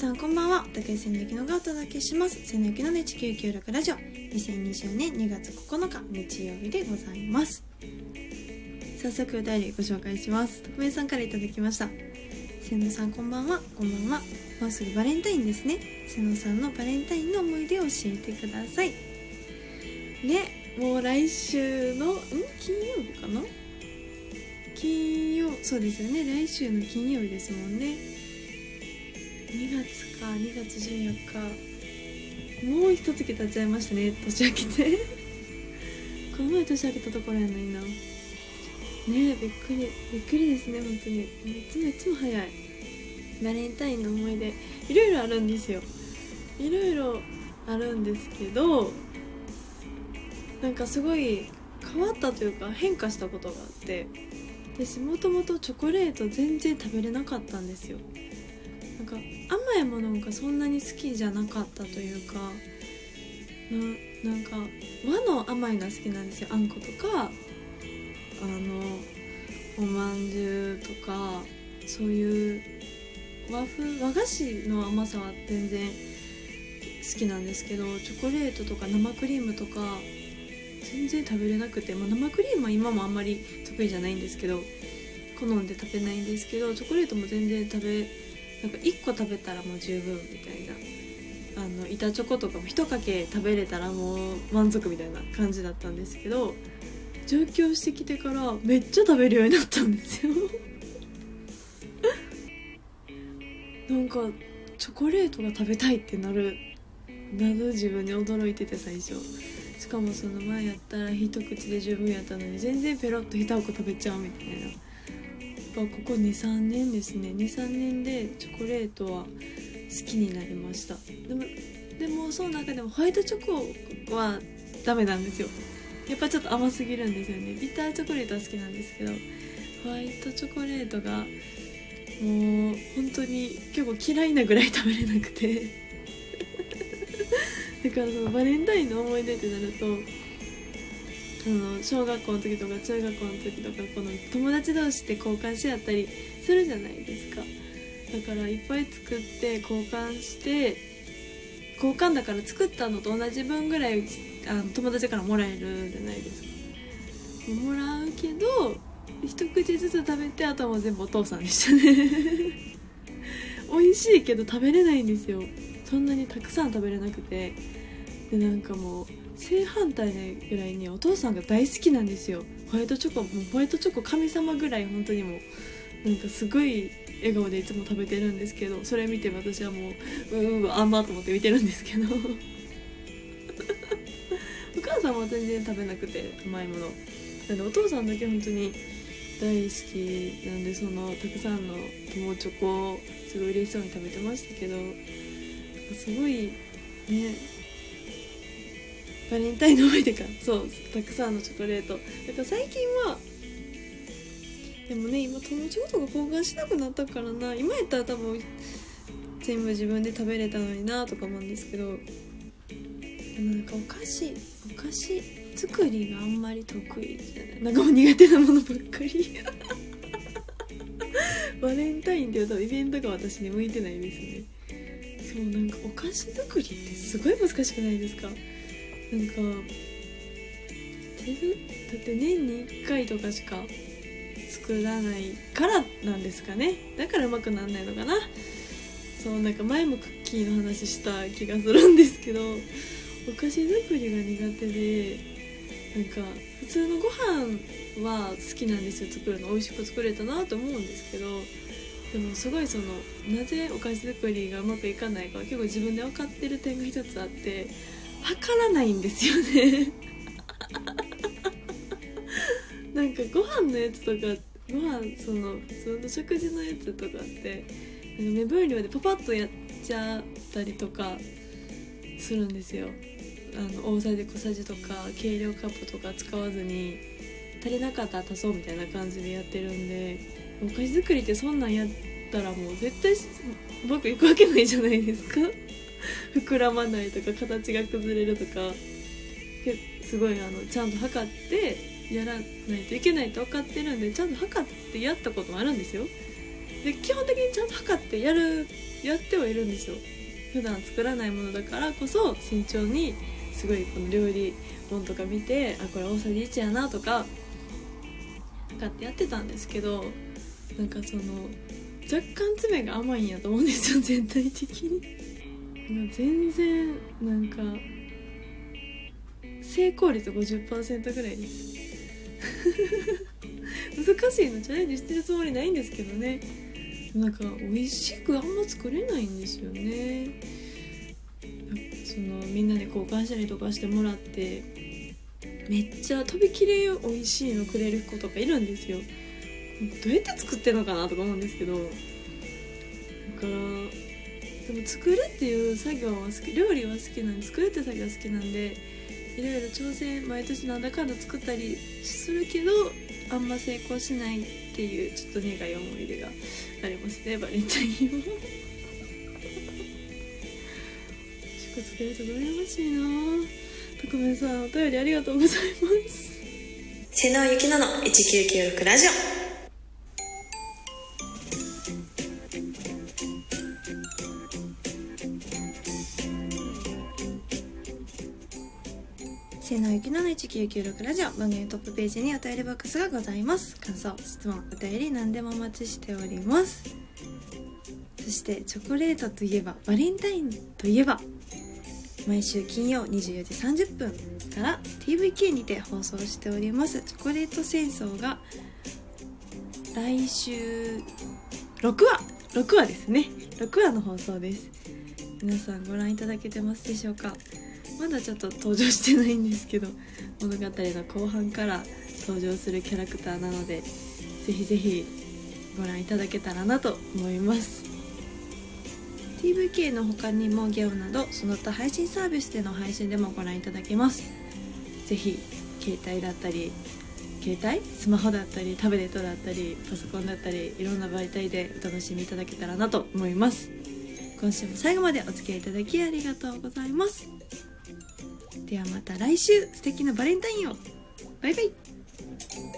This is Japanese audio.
さんこんばんは。竹井千抜きのがお届けします。千抜きのね地球96ラジオ、2020年2月9日日曜日でございます。早速お便りご紹介します。特命さんからいただきました。千野さんこんばんは。こんばんは。もうすぐバレンタインですね。千野さんのバレンタインの思い出を教えてくださいね。もう来週の金曜日かな。そうですよね。来週の金曜日ですもんね。2月14日、もう一月経っちゃいましたね。年明けてこの前年明けたところやのにな。ねえ、びっくりですね。本当にいつも早い。バレンタインの思い出いろいろあるんですよ。いろいろあるんですけど、なんかすごい変わったというか変化したことがあって、私もともとチョコレート全然食べれなかったんですよ。なんか甘いものがそんなに好きじゃなかったというか、なんか和の甘いが好きなんですよ。あんことかおまんじゅうとか、そういう和菓子の甘さは全然好きなんですけど、チョコレートとか生クリームとか全然食べれなくて、生クリームは今もあんまり得意じゃないんですけど、好んで食べないんですけど、チョコレートも全然なんか1個食べたらもう十分みたいな、板チョコとかも1かけ食べれたらもう満足みたいな感じだったんですけど、上京してきてからめっちゃ食べるようになったんですよなんかチョコレートが食べたいってなる自分に驚いてて、最初。しかもその前やったら一口で十分やったのに全然ペロッと1箱食べちゃうみたいな。ここ 2,3 年ですね。 2,3 年でチョコレートは好きになりました。でもその中でもホワイトチョコはダメなんですよ。やっぱちょっと甘すぎるんですよね。ビターチョコレートは好きなんですけど、ホワイトチョコレートがもう本当に結構嫌いなぐらい食べれなくてだからそのバレンタインの思い出ってなると、小学校の時とか中学校の時とか、この友達同士で交換し合ったりするじゃないですか。だからいっぱい作って交換して、交換だから作ったのと同じ分ぐらい友達からもらえるじゃないですか。もらうけど一口ずつ食べて、あとはもう全部お父さんでしたね美味しいけど食べれないんですよ。そんなにたくさん食べれなくて、でなんかもう正反対なぐらいにお父さんが大好きなんですよ。ホワイトチョコ神様ぐらい、本当にもうなんかすごい笑顔でいつも食べてるんですけど、それ見て私はもう甘と思って見てるんですけどお母さんは全然食べなくて甘いものなんで、お父さんだけ本当に大好きなんで、そのたくさんの友チョコをすごい嬉しそうに食べてましたけど、すごいね、バレンタインの思い出か。そう、たくさんのチョコレートだから最近は。でもね、今友チョコとか交換しなくなったからな。今やったら多分全部自分で食べれたのになとか思うんですけど、でもなんかお菓子作りがあんまり得意じゃない。なんかもう苦手なものばっかりバレンタインっていうとイベントが私に向いてないですね。そう、なんかお菓子作りってすごい難しくないですか。なんかだって年に1回とかしか作らないからなんですかね。だからうまくなんないのかな。そう、なんか前もクッキーの話した気がするんですけど、お菓子作りが苦手で、なんか普通のご飯は好きなんですよ。作るの美味しく作れたなと思うんですけど、でもすごいなぜお菓子作りがうまくいかないかは結構自分で分かってる点が一つあって、測らないんですよねなんかご飯のやつとか、普通の食事のやつとかってなんか目分量でパパッとやっちゃったりとかするんですよ。大さじ小さじとか計量カップとか使わずに、足りなかったら足そうみたいな感じでやってるんで、お菓子作りってそんなんやったらもう絶対うまくいくわけないじゃないですか膨らまないとか形が崩れるとか、すごいちゃんと測ってやらないといけないと分かってるんで、ちゃんと測ってやったこともあるんですよ。で基本的にちゃんと測ってやるやってはいるんですよ。普段作らないものだからこそ慎重にすごいこの料理本とか見て、あこれ大さじ1やなとか買ってやってたんですけど、なんかその若干爪が甘いんやと思うんですよ、全体的に。全然なんか成功率 50% ぐらいです難しいのチャレンジしてるつもりないんですけどね、なんか美味しくあんま作れないんですよね。そのみんなで交換したりとかしてもらってめっちゃとびきり美味しいのくれる子とかいるんですよ。どうやって作ってんのかなとか思うんですけど、だからでも作るっていう作業は好き、料理は好きなんで、作るって作業は好きなんで、いろいろ挑戦毎年なんだかんだ作ったりするけどあんま成功しないっていうちょっと苦い思い出がありますね、バレンタインは祝作れると羨ましいな。特命さんお便りありがとうございます。 瀬能ゆきのの1996ラジオ。 瀬能ゆきのの1996ラジオ、番組トップページにお便りボックスがございます。感想、質問、お便り何でもお待ちしております。そしてチョコレートといえば、バレンタインといえば、毎週金曜24時30分から TVK にて放送しておりますチョコレート戦争が来週6話ですね。6話の放送です。皆さんご覧いただけてますでしょうか。まだちょっと登場してないんですけど、物語の後半から登場するキャラクターなので、ぜひぜひご覧いただけたらなと思います。TVK の他にもギャオなどその他配信サービスでの配信でもご覧いただけます。ぜひ携帯だったりスマホだったりタブレットだったりパソコンだったりいろんな媒体でお楽しみいただけたらなと思います。今週も最後までお付き合いいただきありがとうございます。ではまた来週素敵なバレンタインを。バイバイ。